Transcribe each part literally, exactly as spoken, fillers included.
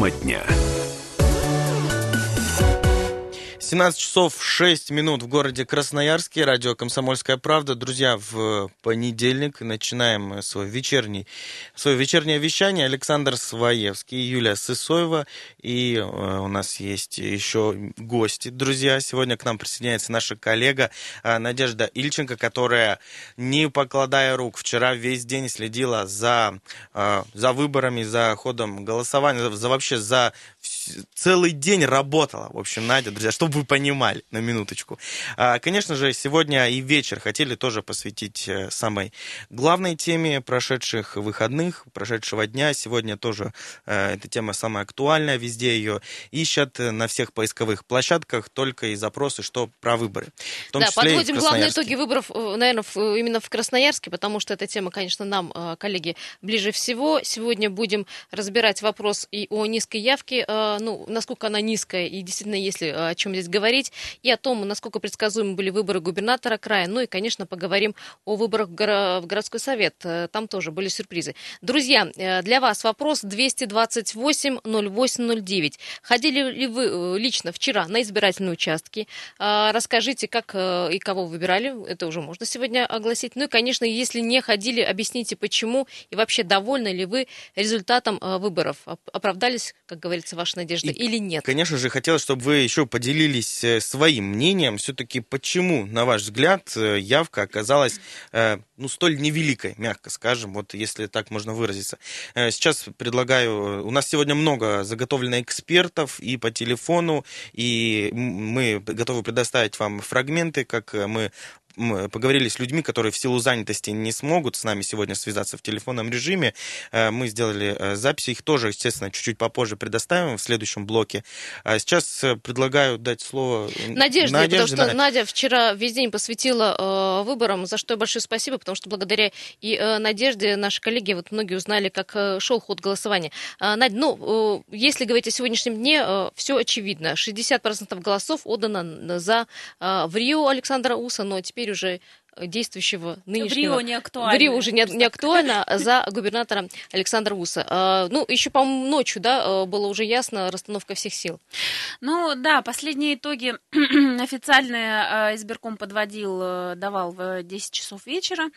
Тема дня. семнадцать часов шесть минут в городе Красноярске. Радио «Комсомольская правда». Друзья, в понедельник начинаем свой вечерний, свое вечернее вещание. Александр Сваевский, Юлия Сысоева. И у нас есть еще гости, друзья. Сегодня к нам присоединяется наша коллега Надежда Ильченко, которая, не покладая рук, вчера весь день следила за, за выборами, за ходом голосования, за, за вообще за целый день работала. В общем, Надя, друзья, чтобы вы понимали, на минуточку. Конечно же, сегодня и вечер хотели тоже посвятить самой главной теме прошедших выходных, прошедшего дня. Сегодня тоже эта тема самая актуальная, везде ее ищут на всех поисковых площадках, только и запросы, что про выборы. В том да, числе подводим главные итоги выборов, наверное, именно в Красноярске, потому что эта тема, конечно, нам, коллеги, ближе всего. Сегодня будем разбирать вопрос и о низкой явке, ну, насколько она низкая, и действительно, если о чем здесь говорить, и о том, насколько предсказуемы были выборы губернатора края. Ну и, конечно, поговорим о выборах в городской совет. Там тоже были сюрпризы. Друзья, для вас вопрос двести двадцать восемь ноль восемь ноль девять. Ходили ли вы лично вчера на избирательные участки? Расскажите, как и кого выбирали. Это уже можно сегодня огласить. Ну и, конечно, если не ходили, объясните, почему. И вообще, довольны ли вы результатом выборов? Оправдались, как говорится, ваши надежды, и, или нет? Конечно же, хотелось, чтобы вы еще поделились своим мнением. Все-таки почему, на ваш взгляд, явка оказалась ну, столь невеликой, мягко скажем, вот если так можно выразиться. Сейчас предлагаю... У нас сегодня много заготовлено экспертов и по телефону, и мы готовы предоставить вам фрагменты, как мы... Мы поговорили с людьми, которые в силу занятости не смогут с нами сегодня связаться в телефонном режиме. Мы сделали записи, их тоже, естественно, чуть-чуть попозже предоставим в следующем блоке. Сейчас предлагаю дать слово Надежде, Надежде. потому что Надя вчера весь день посвятила э, выборам, за что большое спасибо, потому что благодаря и э, Надежде наши коллеги, вот многие узнали, как э, шел ход голосования. Э, Надя, ну, э, если говорить о сегодняшнем дне, э, все очевидно. шестьдесят процентов голосов отдано за э, в Рио Александра Уса, но теперь уже действующего нынешнего... В Рио не актуально. В Рио уже не, не актуально, за губернатора Александра Уса. А, ну, еще, по-моему, ночью, да, было уже ясно расстановка всех сил. Ну, да, последние итоги официально избирком подводил, давал в десять часов вечера.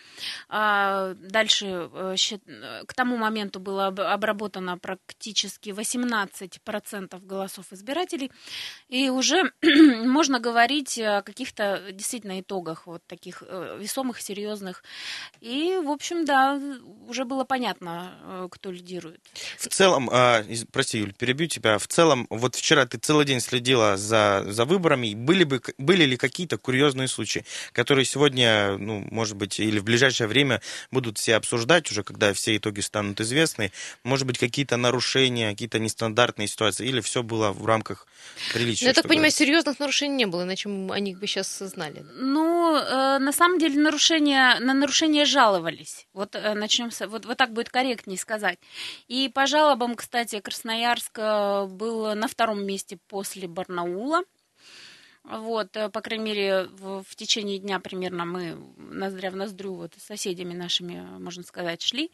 Дальше к тому моменту было обработано практически восемнадцать процентов голосов избирателей. И уже можно говорить о каких-то действительно итогах вот таких весомых, серьезных. И, в общем, да, уже было понятно, кто лидирует. В целом, э, прости, Юль, перебью тебя, в целом, вот вчера ты целый день следила за, за выборами, были, бы, были ли какие-то курьезные случаи, которые сегодня, ну, может быть, или в ближайшее время будут все обсуждать, уже когда все итоги станут известны, может быть, какие-то нарушения, какие-то нестандартные ситуации, или все было в рамках приличия? Ну, я так понимаю, серьезных нарушений не было, иначе о них бы сейчас знали. Ну, э, на самом деле нарушения, на нарушения жаловались. Вот э, начнем с, вот, вот так будет корректнее сказать. И по жалобам, кстати, Красноярск был на втором месте после Барнаула. Вот, по крайней мере, в, в течение дня примерно мы ноздря в ноздрю вот с соседями нашими, можно сказать, шли.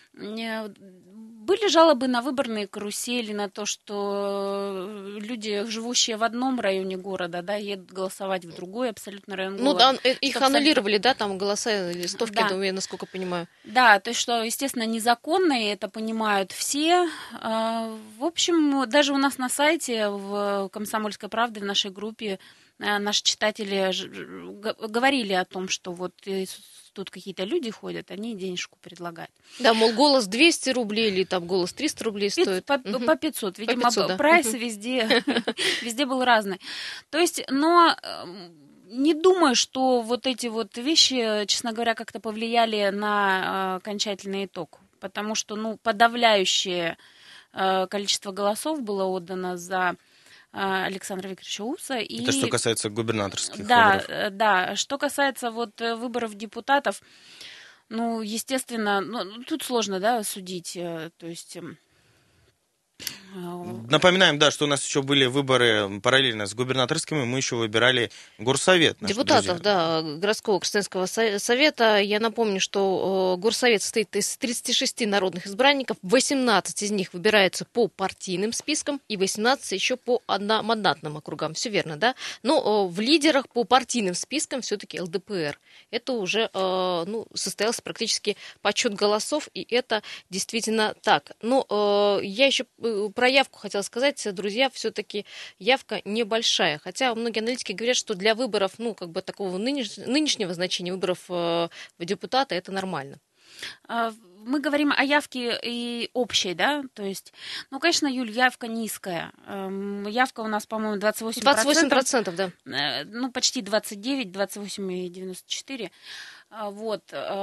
Были жалобы на выборные карусели, на то, что люди, живущие в одном районе города, да, едут голосовать в другой абсолютно район ну, города. Ну, да, их что аннулировали, абсолютно... да, там голоса, листовки, да. Думаю, насколько понимаю. Да, то есть, что, естественно, незаконно, и это понимают все. В общем, даже у нас на сайте, в «Комсомольской правде», в нашей группе, наши читатели говорили о том, что вот тут какие-то люди ходят, они денежку предлагают. Да, мол, голос двести рублей или там голос триста рублей стоит. По, угу. по пятьсот. Видимо, по пятьсот, да. Прайс угу. везде, везде был разный. То есть, но не думаю, что вот эти вот вещи, честно говоря, как-то повлияли на окончательный итог. Потому что, ну, подавляющее количество голосов было отдано за Александра Викторовича Уса. И... Это что касается губернаторских да, выборов. Да, что касается вот выборов депутатов, ну, естественно, ну, тут сложно, да, судить, то есть Напоминаем, да, что у нас еще были выборы параллельно с губернаторскими, мы еще выбирали горсовет. Депутатов, друзья. Да, городского Красноярского совета. Я напомню, что горсовет состоит из тридцати шести народных избранников, восемнадцать из них выбираются по партийным спискам и восемнадцать еще по одномандатным округам. Все верно, да? Но в лидерах по партийным спискам все-таки эл дэ пэ эр. Это уже ну, состоялся практически подсчет голосов, и это действительно так. Но я еще про явку хотела сказать, друзья, все-таки явка небольшая. Хотя многие аналитики говорят, что для выборов, ну, как бы такого нынеш... нынешнего значения выборов в депутата это нормально. Мы говорим о явке и общей, да, то есть, ну, конечно, Юль, явка низкая. Явка у нас, по-моему, двадцать восемь процентов. двадцать восемь процентов, да. Ну, почти двадцать девять, двадцать восемь и девяносто четыре. Вот.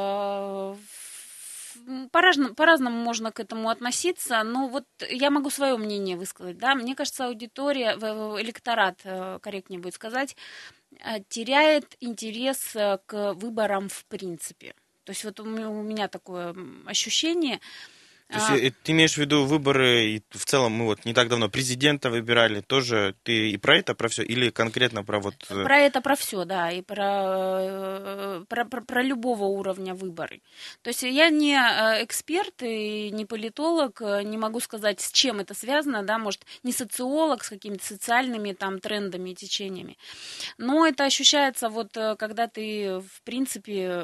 По-разному, по-разному можно к этому относиться, но вот я могу свое мнение высказать, да, мне кажется, аудитория, электорат, корректнее будет сказать, теряет интерес к выборам в принципе. То есть вот у меня такое ощущение. То есть а... ты имеешь в виду выборы, и в целом мы вот не так давно президента выбирали, тоже ты и про это, про все, или конкретно про вот... Про это, про все, да, и про, про, про, про любого уровня выборы. То есть я не эксперт и не политолог, не могу сказать, с чем это связано, да, может, не социолог, с какими-то социальными там трендами и течениями, но это ощущается вот, когда ты, в принципе...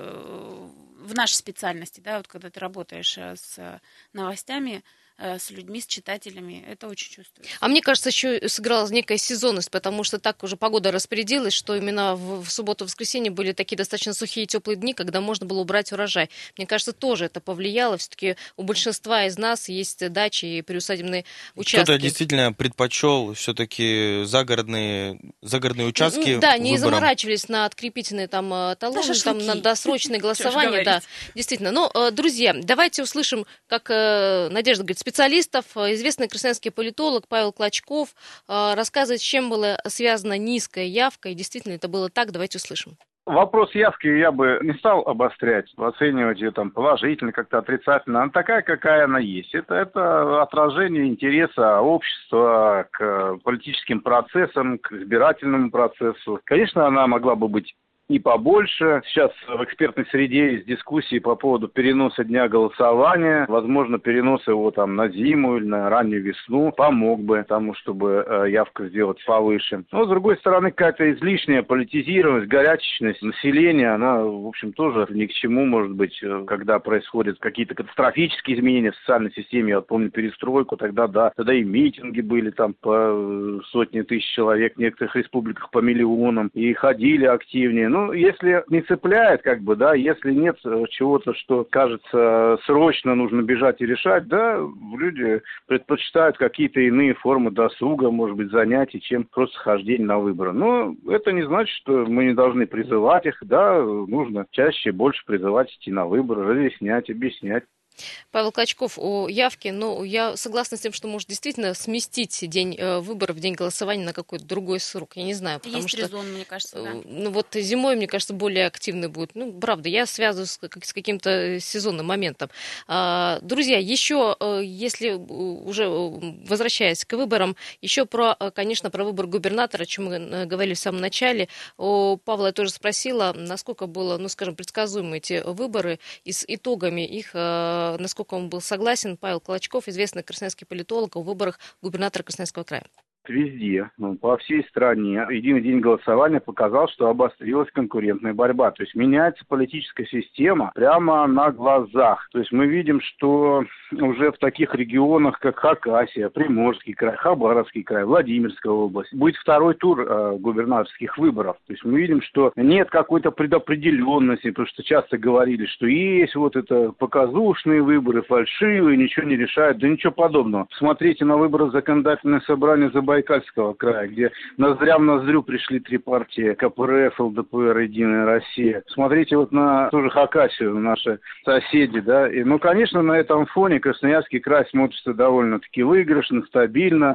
в нашей специальности, да, вот когда ты работаешь с новостями, с людьми, с читателями, это очень чувствуется. А мне кажется, еще сыграла некая сезонность, потому что так уже погода распорядилась, что именно в, в субботу-воскресенье были такие достаточно сухие и теплые дни, когда можно было убрать урожай. Мне кажется, тоже это повлияло. Все-таки у большинства из нас есть дачи и приусадебные участки. Кто-то действительно предпочел все-таки загородные, загородные участки. Да, не выборам. Заморачивались на открепительные там талоны, да, там на досрочные голосования. Да, действительно. Но, друзья, давайте услышим, как Надежда говорит, специалистов, известный красноярский политолог Павел Клочков рассказывает, с чем была связана низкая явка, и действительно это было так. Давайте услышим. Вопрос явки я бы не стал обострять, оценивать ее там положительно, как-то отрицательно. Она такая, какая она есть. Это, это отражение интереса общества к политическим процессам, к избирательному процессу. Конечно, она могла бы быть и побольше. Сейчас в экспертной среде есть дискуссии по поводу переноса дня голосования. Возможно, перенос его там на зиму или на раннюю весну помог бы тому, чтобы э, явку сделать повыше. Но, с другой стороны, какая-то излишняя политизированность, горячечность населения, она, в общем, тоже ни к чему, может быть, когда происходят какие-то катастрофические изменения в социальной системе. Я вот помню перестройку, тогда, да, тогда и митинги были там по сотни тысяч человек, в некоторых республиках по миллионам, и ходили активнее. Ну, Ну, если не цепляет, как бы, да, если нет чего-то, что кажется срочно нужно бежать и решать, да, люди предпочитают какие-то иные формы досуга, может быть, занятий, чем просто хождение на выборы. Но это не значит, что мы не должны призывать их, да, нужно чаще, больше призывать идти на выборы, разъяснять, объяснять. Павел Клочков о явке, но я согласна с тем, что может действительно сместить день выборов, день голосования на какой-то другой срок. Я не знаю, потому Есть что... резон, мне кажется, да. Ну вот зимой, мне кажется, более активный будет. Ну, правда, я связываю с, с каким-то сезонным моментом. Друзья, еще, если уже возвращаясь к выборам, еще про, конечно, про выбор губернатора, о чем мы говорили в самом начале. У Павла я тоже спросила, насколько было, ну, скажем, предсказуемы эти выборы и с итогами их, насколько он был согласен. Павел Клочков, известный красноярский политолог, о выборах губернатора Красноярского края. Везде, ну, по всей стране. Единый день голосования показал, что обострилась конкурентная борьба. То есть меняется политическая система прямо на глазах. То есть мы видим, что уже в таких регионах, как Хакасия, Приморский край, Хабаровский край, Владимирская область, будет второй тур э, губернаторских выборов. То есть мы видим, что нет какой-то предопределенности, потому что часто говорили, что есть вот это показушные выборы, фальшивые, ничего не решают. Да ничего подобного. Смотрите на выборы в законодательное собрание Забайкальского края, где ноздря в ноздрю пришли три партии: ка пэ эр эф, эл дэ пэ эр, Единая Россия. Смотрите вот на ту же Хакасию, наши соседи, да. И, ну, конечно, на этом фоне Красноярский край смотрится довольно-таки выигрышно, стабильно.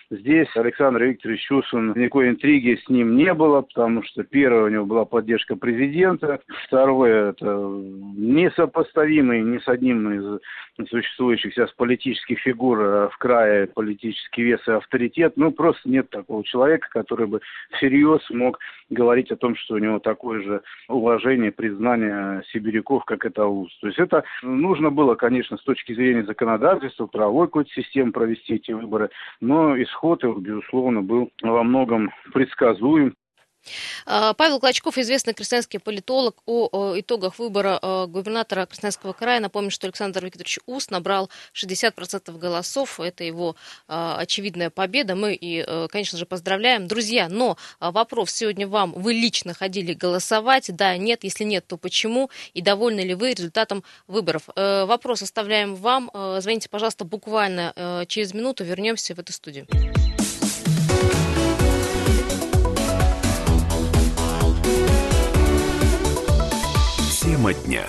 Здесь Александр Викторович Усман, никакой интриги с ним не было, потому что первое, у него была поддержка президента, второе, это несопоставимый ни с одним из существующих сейчас политических фигур в крае политический вес и авторитет. Ну, просто нет такого человека, который бы всерьез мог говорить о том, что у него такое же уважение, признание сибиряков, как это АУС. То есть это нужно было, конечно, с точки зрения законодательства, правовой какой-то системы провести эти выборы, но исход, безусловно, был во многом предсказуем. Павел Клочков, известный красноярский политолог, о итогах выбора губернатора Красноярского края. Напомню, что Александр Викторович Ус набрал шестьдесят процентов голосов. Это его очевидная победа. Мы, и, конечно же, поздравляем. Друзья, но вопрос сегодня вам. Вы лично ходили голосовать? Да, нет? Если нет, то почему? И довольны ли вы результатом выборов? Вопрос оставляем вам. Звоните, пожалуйста, буквально через минуту. Вернемся в эту студию. Тема дня.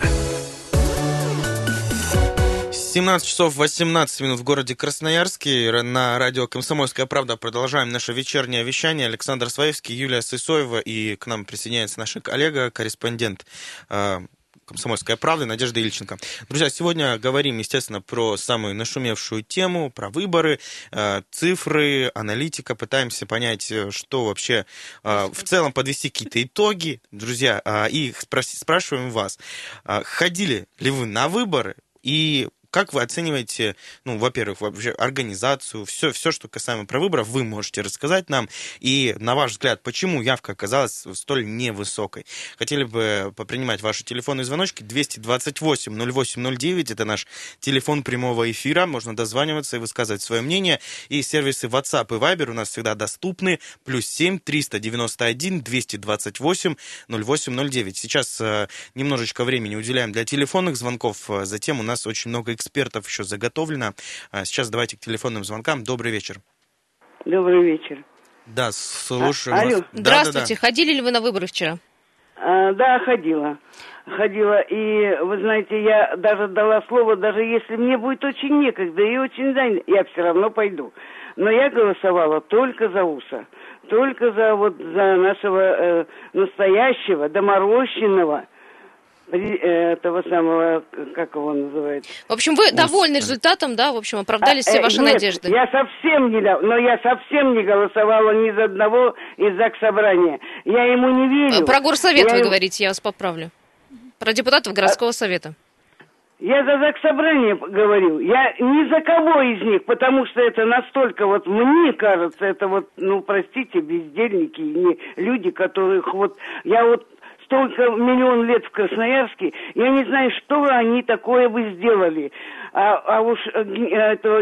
семнадцать часов восемнадцать минут в городе Красноярске. На радио «Комсомольская правда» продолжаем наше вечернее вещание. Александр Сваевский, Юлия Сысоева, и к нам присоединяется наша коллега, корреспондент э, «Комсомольская правда» Надежда Ильченко. Друзья, сегодня говорим, естественно, про самую нашумевшую тему, про выборы, э, цифры, аналитика. Пытаемся понять, что вообще э, в целом, подвести какие-то итоги. Друзья, э, и спрос- спрашиваем вас, э, ходили ли вы на выборы и как вы оцениваете, ну, во-первых, вообще организацию, все, все, что касаемо про выборов, вы можете рассказать нам. И, на ваш взгляд, почему явка оказалась столь невысокой? Хотели бы попринимать ваши телефонные звоночки. двести двадцать восемь ноль восемь ноль девять, это наш телефон прямого эфира. Можно дозваниваться и высказывать свое мнение. И сервисы WhatsApp и Viber у нас всегда доступны. Плюс семь триста девяносто один двести двадцать восемь ноль восемь ноль девять. Сейчас э, немножечко времени уделяем для телефонных звонков. Затем у нас очень много экспертов еще заготовлено. Сейчас давайте к телефонным звонкам. Добрый вечер. Добрый вечер. Да, слушаю а, вас. алло. Здравствуйте. Да, да, да. Ходили ли вы на выборы вчера? А, да, ходила. Ходила, и, вы знаете, я даже дала слово, даже если мне будет очень некогда и очень занято, я все равно пойду. Но я голосовала только за УСа. Только за вот за нашего э, настоящего, доморощенного, этого самого, как его называют. В общем, вы довольны результатом, да? В общем, оправдались все ваши а, нет, надежды. я совсем не, но я совсем не голосовала ни за одного из заксобрания. Я ему не верю. Про горсовет я вы им... говорите, я вас поправлю. Про депутатов городского а... совета. Я за заксобрание говорю. Я ни за кого из них, потому что это настолько, вот мне кажется, это вот, ну, простите, бездельники, не люди, которых вот, я вот только миллион лет в Красноярске, я не знаю, что они такое бы сделали. А, а уж этого,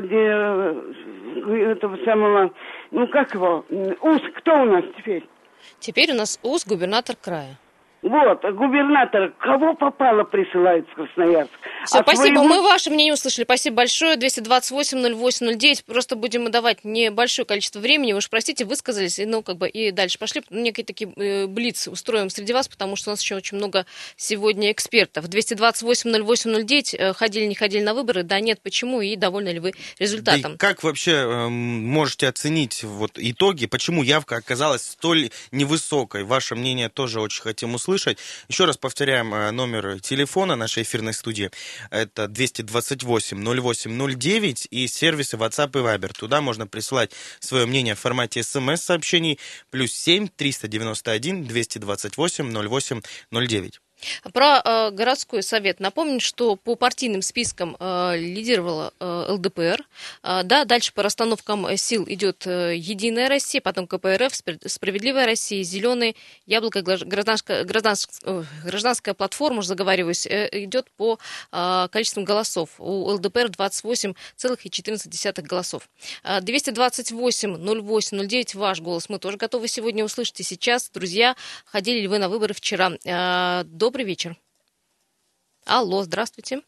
этого самого, ну как его, УС, кто у нас теперь? Теперь у нас УС губернатор края. Вот, губернатор, кого попало, присылает в Красноярск. Все, а спасибо. своего... Мы ваше мнение услышали. Спасибо большое. двести двадцать восемь ноль восемь ноль девять. Просто будем давать небольшое количество времени. Вы уж простите, высказались, ну, как бы, и дальше пошли. Некие такие э, блиц устроим среди вас, потому что у нас еще очень много сегодня экспертов. двести двадцать восемь ноль восемь ноль девять. Ходили, не ходили на выборы? Да, нет, почему? И довольны ли вы результатом? Да, как вообще э, можете оценить вот итоги? Почему явка оказалась столь невысокой? Ваше мнение тоже очень хотим услышать. Слышать. Еще раз повторяем номер телефона нашей эфирной студии. Это двести двадцать восемь ноль восемь ноль девять и сервисы WhatsApp и Viber. Туда можно присылать свое мнение в формате смс-сообщений. Плюс семь триста девяносто один двести двадцать восемь ноль восемь ноль девять. Про э, городской совет. Напомню, что по партийным спискам э, лидировала э, ЛДПР. Э, да, дальше по расстановкам сил идет э, Единая Россия, потом КПРФ, Справедливая Россия, Зеленый, Яблоко, гражданская, гражданская, гражданская платформа, уже заговариваюсь, э, идет по э, количеству голосов. У ЛДПР двадцать восемь целых четырнадцать десятых голосов. Э, двести двадцать восемь ноль восемь ноль девять, ваш голос мы тоже готовы сегодня услышать. И сейчас, друзья, ходили ли вы на выборы вчера? Э, до Добрый вечер. Алло, здравствуйте.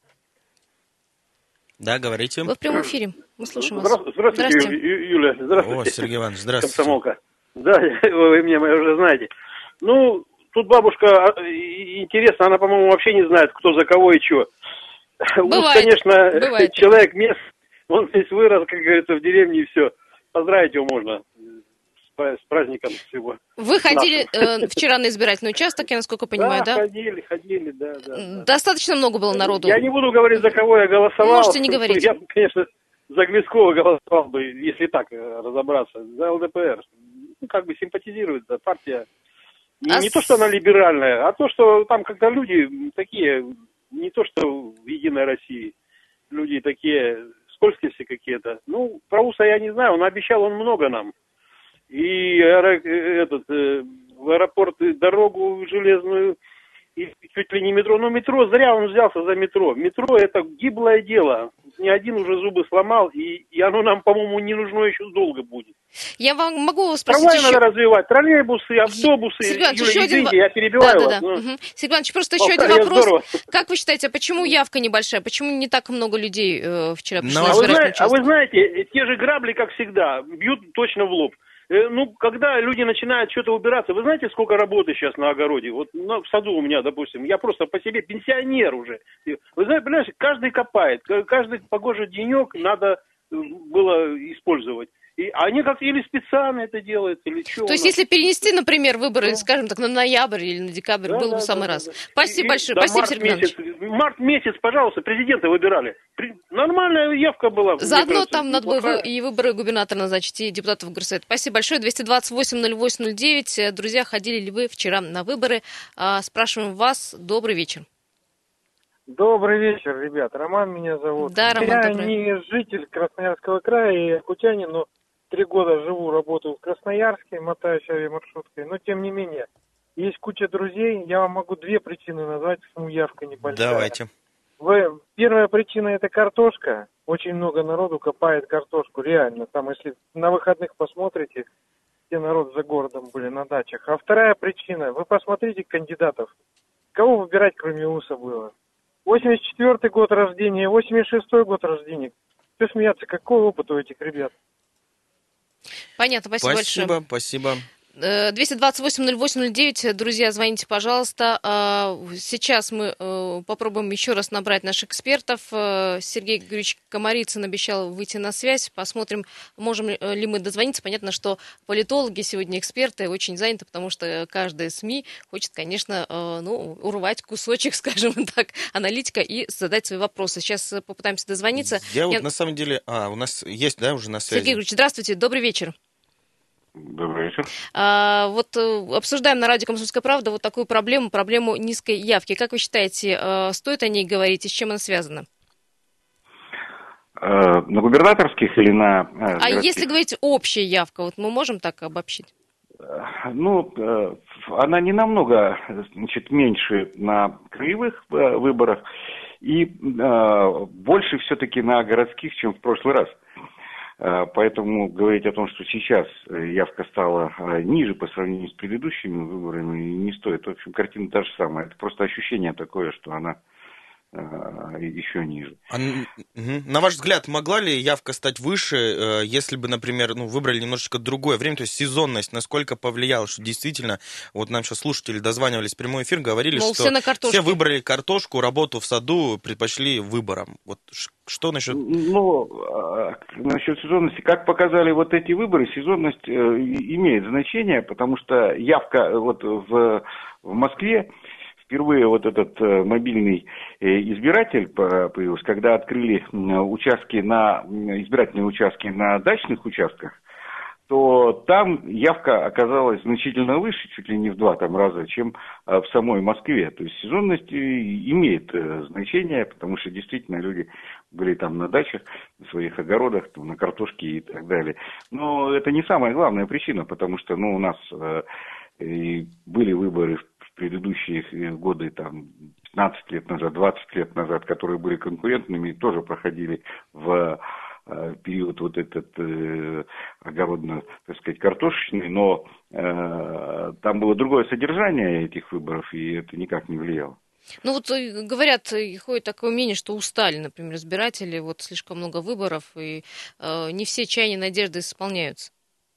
Да, говорите. Вы в прямом эфире. Мы слушаем вас. Здравствуйте, здравствуйте. Ю- Юля. Здравствуйте. О, Сергей Иванович, здравствуйте. Комсомолка. Да, вы меня уже знаете. Ну, тут бабушка, интересно, она, по-моему, вообще не знает, кто за кого и что. Бывает. Уж, конечно, Бывает. человек местный, он здесь вырос, как говорится, в деревне и все. поздравить его можно с праздником всего. Вы ходили э, вчера на избирательный участок, я насколько понимаю, да? Да, ходили, ходили, да, да. Достаточно много было народу? Я не буду говорить, за кого я голосовал. Можете не говорить. Я, конечно, за Глескова голосовал бы, если так разобраться, за ЛДПР. Ну, как бы симпатизирует, да, партия. Не, а не с... то, что она либеральная, а то, что там как-то люди такие, не то, что в Единой России, люди такие скользкие все какие-то. Ну, про Уса я не знаю, он обещал он много нам. И аэро... этот, э, в аэропорт дорогу железную, и чуть ли не метро. Но метро, зря он взялся за метро. Метро это гиблое дело. Ни один уже зубы сломал, и, и оно нам, по-моему, не нужно еще долго будет. Я вам могу спросить Трамваи еще... надо развивать, троллейбусы, автобусы. Сергей Юля, еще извините, один... я перебиваю да, вас. Да, да. Но... Угу. Сергей Иванович, просто О, еще один вопрос. Здорово. Как вы считаете, почему явка небольшая? Почему не так много людей э, вчера пришли Но... на а, вы избирательный знаете, а участок? вы знаете, те же грабли, как всегда, бьют точно в лоб. Ну, когда люди начинают что-то убираться, вы знаете, сколько работы сейчас на огороде? Вот ну, в саду у меня, допустим, я просто по себе пенсионер уже. Вы знаете, понимаете, каждый копает, каждый погожий денек надо было использовать. И они как или специально это делают, или что. То есть, если перенести, например, выборы, ну, скажем так, на ноябрь или на декабрь, да, было да, бы в самый да, раз. Да, да. Спасибо и, большое. Да, Спасибо, Сергей месяц, Иванович. Март месяц, пожалуйста, президента выбирали. При... Нормальная явка была. Заодно там надо было и выборы губернатора назначить, и депутатов Горсовета. Спасибо большое. двести двадцать восемь ноль восемь ноль девять. Друзья, ходили ли вы вчера на выборы? Спрашиваем вас. Добрый вечер. Добрый вечер, ребят. Роман меня зовут. Да, Роман, я добрый. не житель Красноярского края и якутянин, но три года живу, работаю в Красноярске, мотаюсь авиамаршруткой, но тем не менее, есть куча друзей, я вам могу две причины назвать, почему явка небольшая. Давайте. Вы, первая причина это картошка, очень много народу копает картошку, реально, там если на выходных посмотрите, все народ за городом были на дачах. А вторая причина, вы посмотрите кандидатов, кого выбирать кроме Уса было. восемьдесят четвёртый год рождения, восемьдесят шестой год рождения, все смеяться, какой опыт у этих ребят. Понятно, спасибо, спасибо большое. Спасибо, спасибо. двести двадцать восемь ноль восемь ноль девять, друзья, звоните, пожалуйста. Сейчас мы попробуем еще раз набрать наших экспертов. Сергей Григорьевич Комарицын обещал выйти на связь. Посмотрим, можем ли мы дозвониться. Понятно, что политологи сегодня, эксперты, очень заняты, потому что каждая СМИ хочет, конечно, ну, урвать кусочек, скажем так, аналитика и задать свои вопросы. Сейчас попытаемся дозвониться. Я, Я... вот на самом деле... А, у нас есть, да, уже на связи? Сергей Григорьевич, здравствуйте, добрый вечер. Добрый вечер. А, вот обсуждаем на радио «Комсомольская правда» вот такую проблему, проблему низкой явки. Как вы считаете, стоит о ней говорить и с чем она связана? На губернаторских или на... А городских? если говорить общая явка, вот мы можем так обобщить? Ну, она не намного, значит, меньше на краевых выборах и больше все-таки на городских, чем в прошлый раз. Поэтому говорить о том, что сейчас явка стала ниже по сравнению с предыдущими выборами, не стоит. В общем, картина та же самая. Это просто ощущение такое, что она еще ниже. А, угу. На ваш взгляд, могла ли явка стать выше, если бы, например, ну, выбрали немножечко другое время, то есть сезонность, насколько повлияла, что действительно, вот нам сейчас слушатели дозванивались в прямой эфир, говорили, Мол, что все, все выбрали картошку, работу в саду, предпочли выборам. Вот что насчет... Ну, насчет сезонности, как показали вот эти выборы, сезонность имеет значение, потому что явка вот в, в Москве, впервые вот этот э, мобильный э, избиратель появился, когда открыли э, участки на, избирательные участки на дачных участках, то там явка оказалась значительно выше, чуть ли не в два там раза, чем э, в самой Москве. То есть сезонность имеет э, значение, потому что действительно люди были там на дачах, на своих огородах, там, на картошке и так далее. Но это не самая главная причина, потому что ну, у нас э, и были выборы в предыдущие годы, там, пятнадцать лет назад, двадцать лет назад, которые были конкурентными, тоже проходили в э, период вот этот э, огородно, так сказать, картошечный, но э, там было другое содержание этих выборов, и это никак не влияло. Ну вот говорят, ходит такое мнение, что устали, например, избиратели, вот слишком много выборов, и э, не все чаяния, надежды исполняются.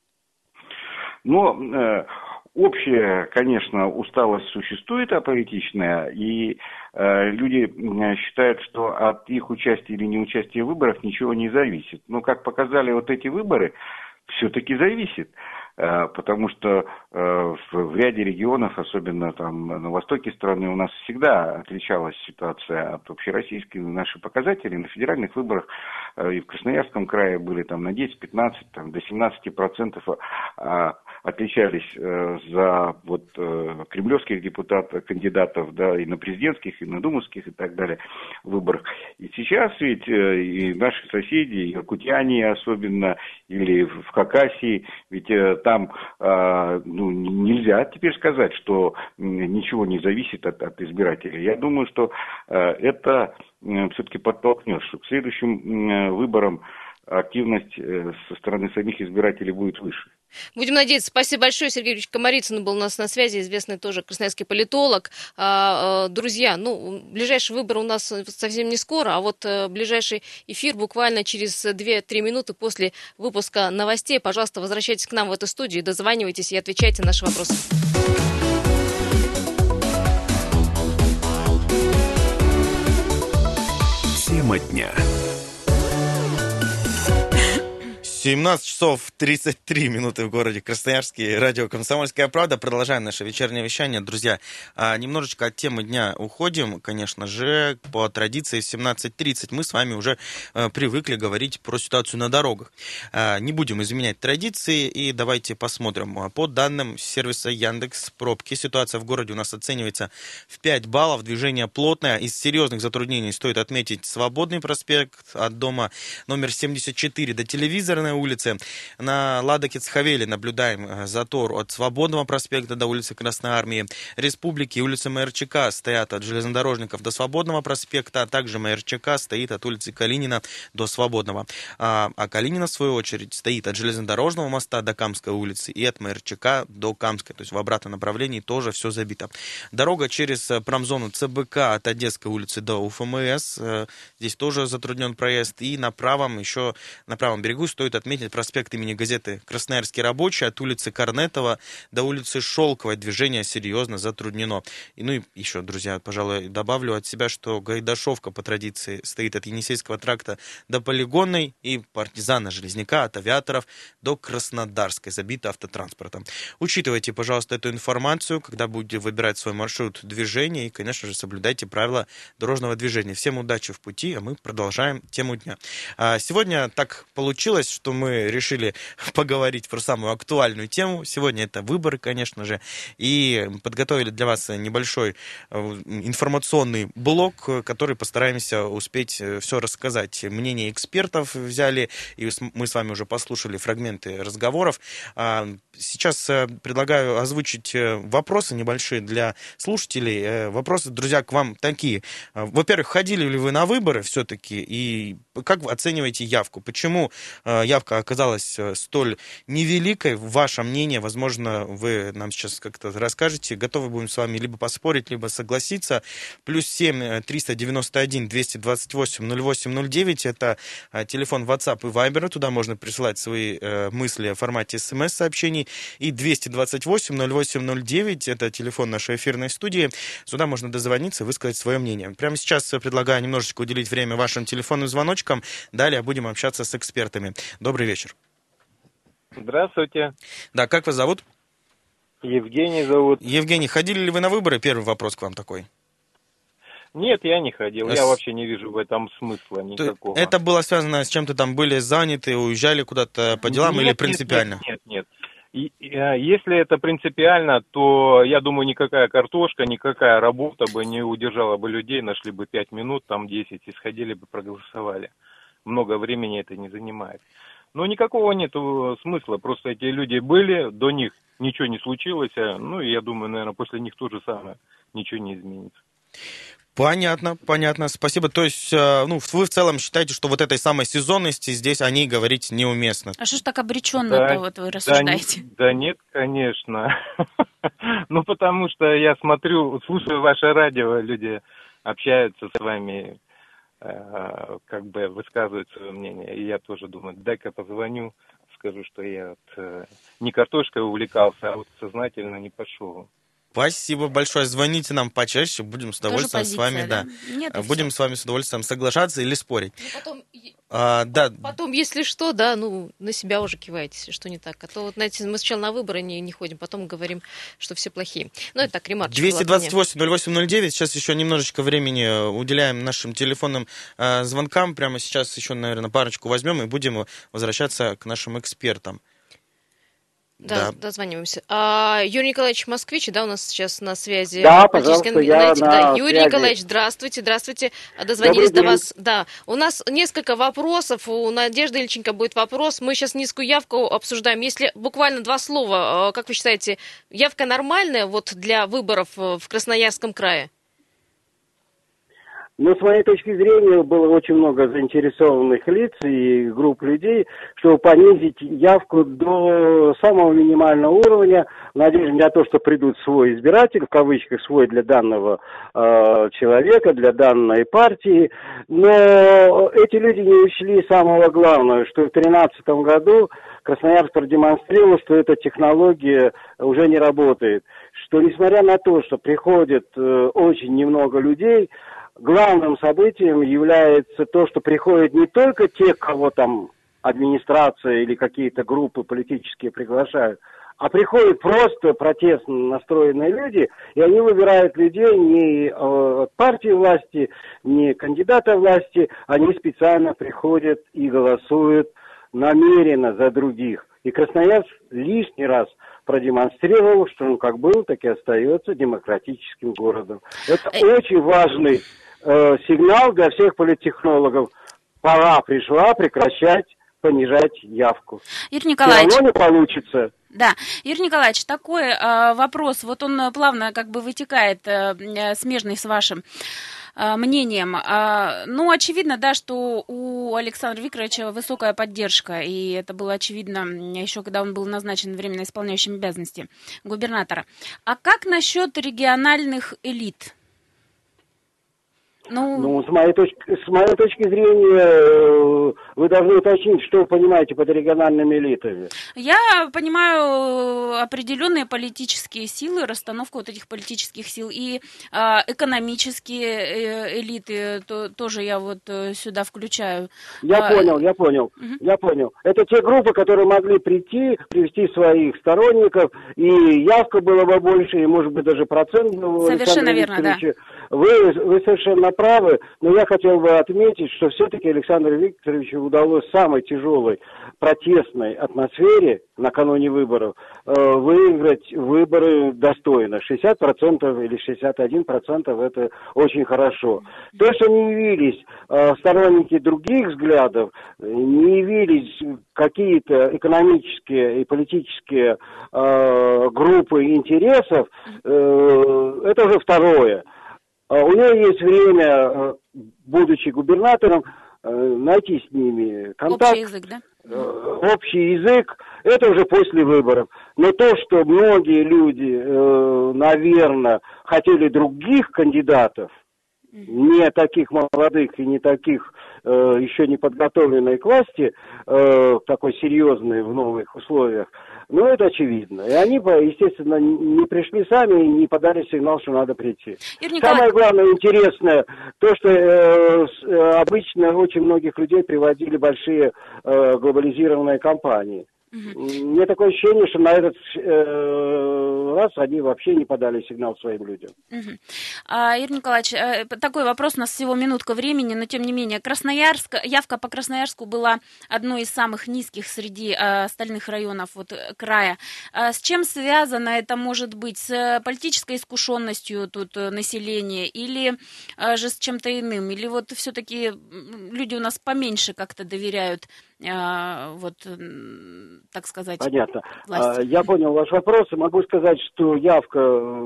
Но... Э, Общая, конечно, усталость существует, аполитичная, и э, люди считают, что от их участия или неучастия в выборах ничего не зависит. Но, как показали вот эти выборы, все-таки зависит. Потому что в ряде регионов, особенно там на востоке страны, у нас всегда отличалась ситуация от общероссийской. Наши показатели на федеральных выборах и в Красноярском крае были там на десять-пятнадцать, там, до семнадцати процентов отличались за вот кремлевских депутатов, кандидатов, да, и на президентских, и на думовских, и так далее выборах. И сейчас ведь и наши соседи, и якутяне особенно, или в Хакасии, ведь там ну, нельзя теперь сказать, что ничего не зависит от, от избирателей. Я думаю, что это все-таки подтолкнет, что к следующим выборам активность со стороны самих избирателей будет выше. Будем надеяться. Спасибо большое. Сергей Юрьевич Комарицын был у нас на связи, известный тоже красноярский политолог. Друзья, ну, ближайший выбор у нас совсем не скоро, а вот ближайший эфир буквально через две-три минуты после выпуска новостей. Пожалуйста, возвращайтесь к нам в эту студию, дозванивайтесь и отвечайте на наши вопросы. Тема дня. семнадцать часов тридцать три минуты в городе Красноярске. Радио «Комсомольская правда». Продолжаем наше вечернее вещание. Друзья, немножечко от темы дня уходим. Конечно же, по традиции в семнадцать тридцать мы с вами уже привыкли говорить про ситуацию на дорогах. Не будем изменять традиции и давайте посмотрим. По данным сервиса Яндекс.Пробки, ситуация в городе у нас оценивается в пять баллов. Движение плотное. Из серьезных затруднений стоит отметить Свободный проспект от дома номер семьдесят четыре до Телевизорной улицы. На Ладоке-Цхавели наблюдаем затор от Свободного проспекта до улицы Красной Армии. Республики и улицы МРЧК стоят от железнодорожников до Свободного проспекта, а также МРЧК стоит от улицы Калинина до Свободного. А, а Калинина, в свою очередь, стоит от железнодорожного моста до Камской улицы и от МРЧК до Камской. То есть в обратном направлении тоже все забито. Дорога через промзону ЦБК от Одесской улицы до УФМС. Здесь тоже затруднен проезд. И на правом, еще на правом берегу стоит отметить проспект имени газеты «Красноярский рабочий» от улицы Корнетова до улицы Шелковой. Движение серьезно затруднено. И, ну и еще, друзья, пожалуй, добавлю от себя, что Гайдашовка по традиции стоит от Енисейского тракта до Полигонной и Партизана Железняка от Авиаторов до Краснодарской. Забита автотранспортом. Учитывайте, пожалуйста, эту информацию, когда будете выбирать свой маршрут движения и, конечно же, соблюдайте правила дорожного движения. Всем удачи в пути, а мы продолжаем тему дня. Сегодня так получилось, что мы решили поговорить про самую актуальную тему. Сегодня это выборы, конечно же, и подготовили для вас небольшой информационный блок, который постараемся успеть все рассказать. Мнение экспертов взяли, и мы с вами уже послушали фрагменты разговоров. Сейчас предлагаю озвучить вопросы небольшие для слушателей. Вопросы, друзья, к вам такие. Во-первых, ходили ли вы на выборы все-таки, и как вы оцениваете явку? Почему явка оказалась столь невеликой? Ваше мнение, возможно, вы нам сейчас как-то расскажете. Готовы будем с вами либо поспорить, либо согласиться. Плюс семь триста девяносто один двести двадцать восемь ноль восемь ноль девять. Это телефон WhatsApp и Viber. Туда можно присылать свои мысли в формате смс-сообщений. И двести двадцать восемь ноль восемь ноль девять. Это телефон нашей эфирной студии. Сюда можно дозвониться и высказать свое мнение. Прямо сейчас предлагаю немножечко уделить время вашим телефонным звоночкам. Далее будем общаться с экспертами. Добрый вечер. Здравствуйте. Да, как вас зовут? Евгений зовут. Евгений, ходили ли вы на выборы? Первый вопрос к вам такой. Нет, я не ходил. С... Я вообще не вижу в этом смысла никакого. Это было связано с чем-то там, были заняты, уезжали куда-то по делам, нет, или принципиально? Нет, нет, нет. И, если это принципиально, то, я думаю, никакая картошка, никакая работа бы не удержала бы людей, нашли бы пять минут, там десять, и сходили бы, проголосовали. Много времени это не занимает. Но никакого нет смысла, просто эти люди были, до них ничего не случилось, ну и я думаю, наверное, после них то же самое, ничего не изменится. Понятно, понятно, спасибо. То есть, ну, вы в целом считаете, что вот этой самой сезонности здесь о ней говорить неуместно? А что ж так обреченно-то да, вот вы рассуждаете? Да, да нет, конечно. Ну, потому что я смотрю, слушаю ваше радио, люди общаются с вами, как бы высказывают свое мнение. И я тоже думаю, дай-ка позвоню, скажу, что я вот не картошкой увлекался, а вот сознательно не пошел. Спасибо большое. Звоните нам почаще, будем с удовольствием позиция, с вами, да? да. Нет, будем все. с вами с удовольствием соглашаться или спорить. Ну, потом, А, да. потом, если что, да, ну, на себя уже киваете, если что не так. А то, вот, знаете, мы сначала на выборы не, не ходим, потом говорим, что все плохие. Ну, это так, ремарочка двести двадцать восемь ноль восемь ноль девять. Сейчас еще немножечко времени уделяем нашим телефонным э, звонкам. Прямо сейчас еще, наверное, парочку возьмем и будем возвращаться к нашим экспертам. Да, Да. дозваниваемся. А, Юрий Николаевич Москвич, да, у нас сейчас на связи. Да, политический пожалуйста, я аналитик. на Да, Юрий связи. Николаевич, здравствуйте, здравствуйте. Дозвонились до вас. Да, у нас несколько вопросов. У Надежды Ильченко будет вопрос. Мы сейчас низкую явку обсуждаем. Если буквально два слова, как вы считаете, явка нормальная вот для выборов в Красноярском крае? Ну, с моей точки зрения, было очень много заинтересованных лиц и групп людей, чтобы понизить явку до самого минимального уровня, в надежде на то, что придут свой избиратель, в кавычках свой для данного э, человека, для данной партии. Но эти люди не учли самого главного, что в две тысячи тринадцатом году Красноярск продемонстрировал, что эта технология уже не работает. Что несмотря на то, что приходит э, очень немного людей, главным событием является то, что приходят не только те, кого там администрация или какие-то группы политические приглашают, а приходят просто протестно настроенные люди, и они выбирают людей не от партии власти, не кандидата власти, они специально приходят и голосуют намеренно за других. И Красноярск лишний раз продемонстрировал, что он как был, так и остается демократическим городом. Это очень важный э, сигнал для всех политтехнологов. Пора пришла прекращать понижать явку. Юрий Николаевич. Все равно не получится. Да, Юрий Николаевич, такой э, вопрос, вот он плавно как бы вытекает, э, смежный с вашим э, мнением. Э, ну, очевидно, да, что у Александра Викторовича высокая поддержка, и это было очевидно еще, когда он был назначен временно исполняющим обязанности губернатора. А как насчет региональных элит? Ну, ну с, моей точки, с моей точки зрения, вы должны уточнить, что вы понимаете под региональными элитами. Я понимаю определенные политические силы, расстановку вот этих политических сил, и э, экономические элиты то, тоже я вот сюда включаю. Я а, понял, я понял, угу. я понял. Это те группы, которые могли прийти, привести своих сторонников, и явка была бы больше, и, может быть, даже процент был. Совершенно верно, да. Вы, вы совершенно правы, но я хотел бы отметить, что все-таки Александру Викторовичу удалось в самой тяжелой протестной атмосфере накануне выборов э, выиграть выборы достойно. шестьдесят процентов или шестьдесят один процент это очень хорошо. То, что не явились э, сторонники других взглядов, не явились какие-то экономические и политические э, группы интересов, э, это уже второе. У нее есть время, будучи губернатором, найти с ними контакт. Общий язык, да? Общий язык. Это уже после выборов. Но то, что многие люди, наверное, хотели других кандидатов, не таких молодых и не таких еще не подготовленных к власти, такой серьезной в новых условиях, ну, это очевидно. И они, естественно, не пришли сами и не подали сигнал, что надо прийти. Самое главное, интересное, то, что э, обычно очень многих людей приводили большие э, глобализированные компании. Угу. У меня такое ощущение, что на этот э, раз они вообще не подали сигнал своим людям. Угу. А, Юрий Николаевич, э, такой вопрос, у нас всего минутка времени, но тем не менее, Красноярск, явка по Красноярску была одной из самых низких среди э, остальных районов вот, края. А с чем связано это может быть? С политической искушенностью тут населения или э, же с чем-то иным? Или вот все-таки люди у нас поменьше как-то доверяют э, вот... так сказать, понятно. власти. Я понял ваш вопрос. Могу сказать, что явка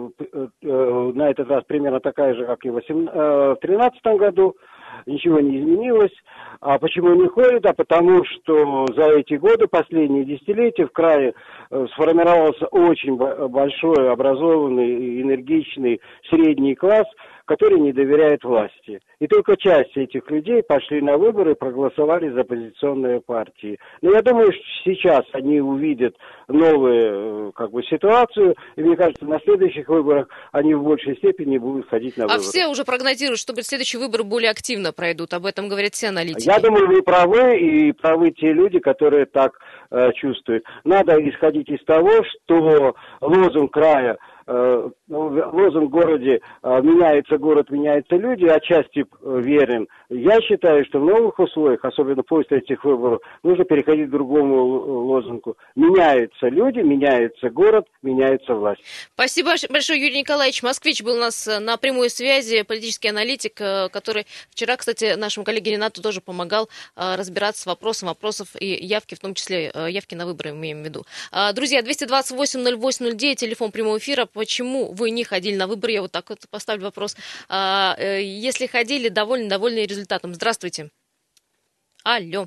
на этот раз примерно такая же, как и в две тысячи тринадцатом году. Ничего не изменилось. А почему не ходит? А потому что за эти годы, последние десятилетия, в крае сформировался очень большой, образованный, энергичный средний класс, которые не доверяют власти. И только часть этих людей пошли на выборы и проголосовали за оппозиционные партии. Но я думаю, что сейчас они увидят новую как бы, ситуацию, и мне кажется, на следующих выборах они в большей степени будут ходить на выборы. А все уже прогнозируют, что следующие выборы более активно пройдут. Об этом говорят все аналитики. Я думаю, вы правы, и правы те люди, которые так э, чувствуют. Надо исходить из того, что лозунг края, э, лозунг в городе э, «меняется город, меняются люди», отчасти э, верен. Я считаю, что в новых условиях, особенно после этих выборов, нужно переходить к другому лозунгу. Меняются люди, меняется город, меняется власть. Спасибо большое, Юрий Николаевич. Москвич был у нас на прямой связи, политический аналитик, который вчера, кстати, нашему коллеге Ренату тоже помогал разбираться с вопросом вопросов и явки, в том числе явки на выборы, имеем в виду. Друзья, двести двадцать восемь ноль восемь ноль девять, телефон прямого эфира. Почему вы не ходили на выборы? Я вот так вот поставлю вопрос. Если ходили, довольны, довольны результатом. Здравствуйте. Алло.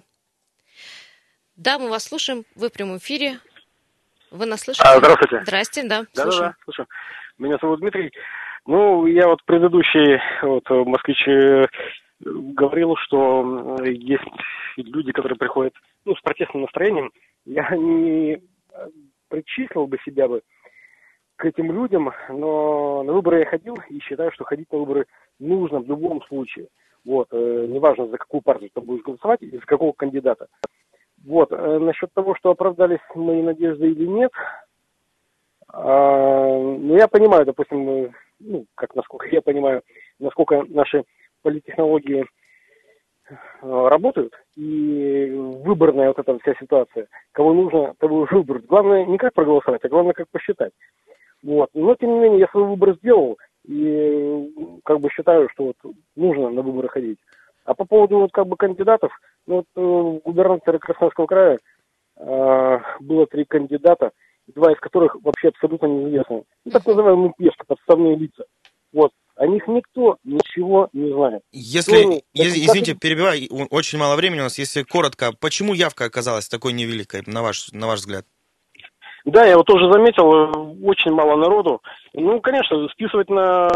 Да, мы вас слушаем. Вы в прямом эфире. Вы нас слышите? А, здравствуйте. Здрасте, да, да, слушаю. да, да, слушаю. Меня зовут Дмитрий. Ну, я вот предыдущий вот, москвич говорил, что есть люди, которые приходят ну, с протестным настроением. Я не причислил бы себя бы к этим людям, но на выборы я ходил и считаю, что ходить на выборы нужно в любом случае. Вот, э, неважно, за какую партию ты будешь голосовать или за какого кандидата. Вот, э, насчет того, что оправдались мои надежды или нет, э, ну, я понимаю, допустим, э, ну, как насколько я понимаю, насколько наши политтехнологии э, работают, и выборная вот эта вся ситуация, кого нужно, того выбрать. Главное не как проголосовать, а главное как посчитать. Вот, но тем не менее, я свой выбор сделал, и как бы считаю, что вот нужно на выборы ходить. А по поводу вот как бы кандидатов, ну вот э, губернатора Красноярского края э, было три кандидата, два из которых вообще абсолютно неизвестны. Ну, так называемые пешки, подставные лица. Вот. О них никто ничего не знает. Если, они, если как... извините, перебиваю, очень мало времени у нас, если коротко, почему явка оказалась такой невеликой, на ваш, на ваш взгляд? Да, я вот тоже заметил, очень мало народу. Ну, конечно, списывать на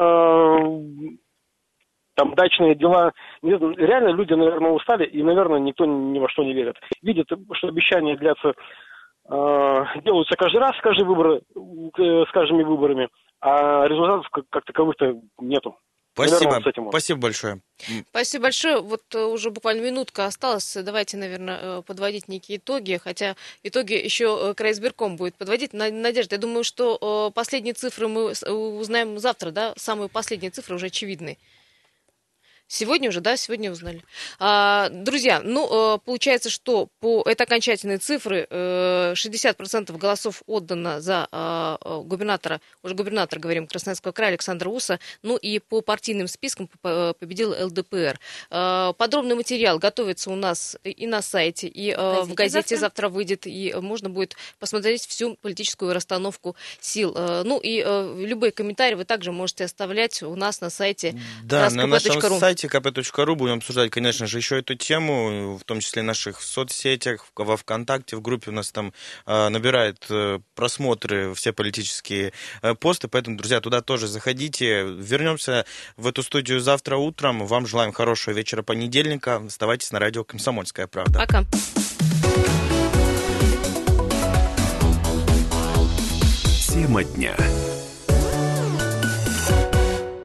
там дачные дела. Реально люди, наверное, устали, и, наверное, никто ни во что не верит. Видят, что обещания длятся, э, делаются каждый раз, с каждыми выборами, с каждыми выборами, а результатов как, как таковых-то нету. Спасибо. Наверное, вот Спасибо большое. Спасибо большое. Вот уже буквально минутка осталась. Давайте, наверное, подводить некие итоги, хотя итоги еще краизбирком будет подводить. Надежда, я думаю, что последние цифры мы узнаем завтра, да? Самые последние цифры уже очевидны. Сегодня уже, да, сегодня узнали. А, друзья, ну, получается, что по это окончательные цифры, шестьдесят процентов голосов отдано за а, губернатора, уже губернатора, говорим, Красноярского края Александра Усса, ну и по партийным спискам победил эл дэ пэ эр. А, подробный материал готовится у нас и на сайте, и а, в газете завтра. завтра выйдет, и можно будет посмотреть всю политическую расстановку сил. А, ну и а, любые комментарии вы также можете оставлять у нас на сайте да, на нашем сайте ка пэ точка ру будем обсуждать, конечно же, еще эту тему, в том числе в наших соцсетях, во ВКонтакте, в группе у нас там э, набирают э, просмотры все политические э, посты, поэтому, друзья, туда тоже заходите. Вернемся в эту студию завтра утром. Вам желаем хорошего вечера понедельника. Оставайтесь на радио «Комсомольская правда». Пока. Тема дня.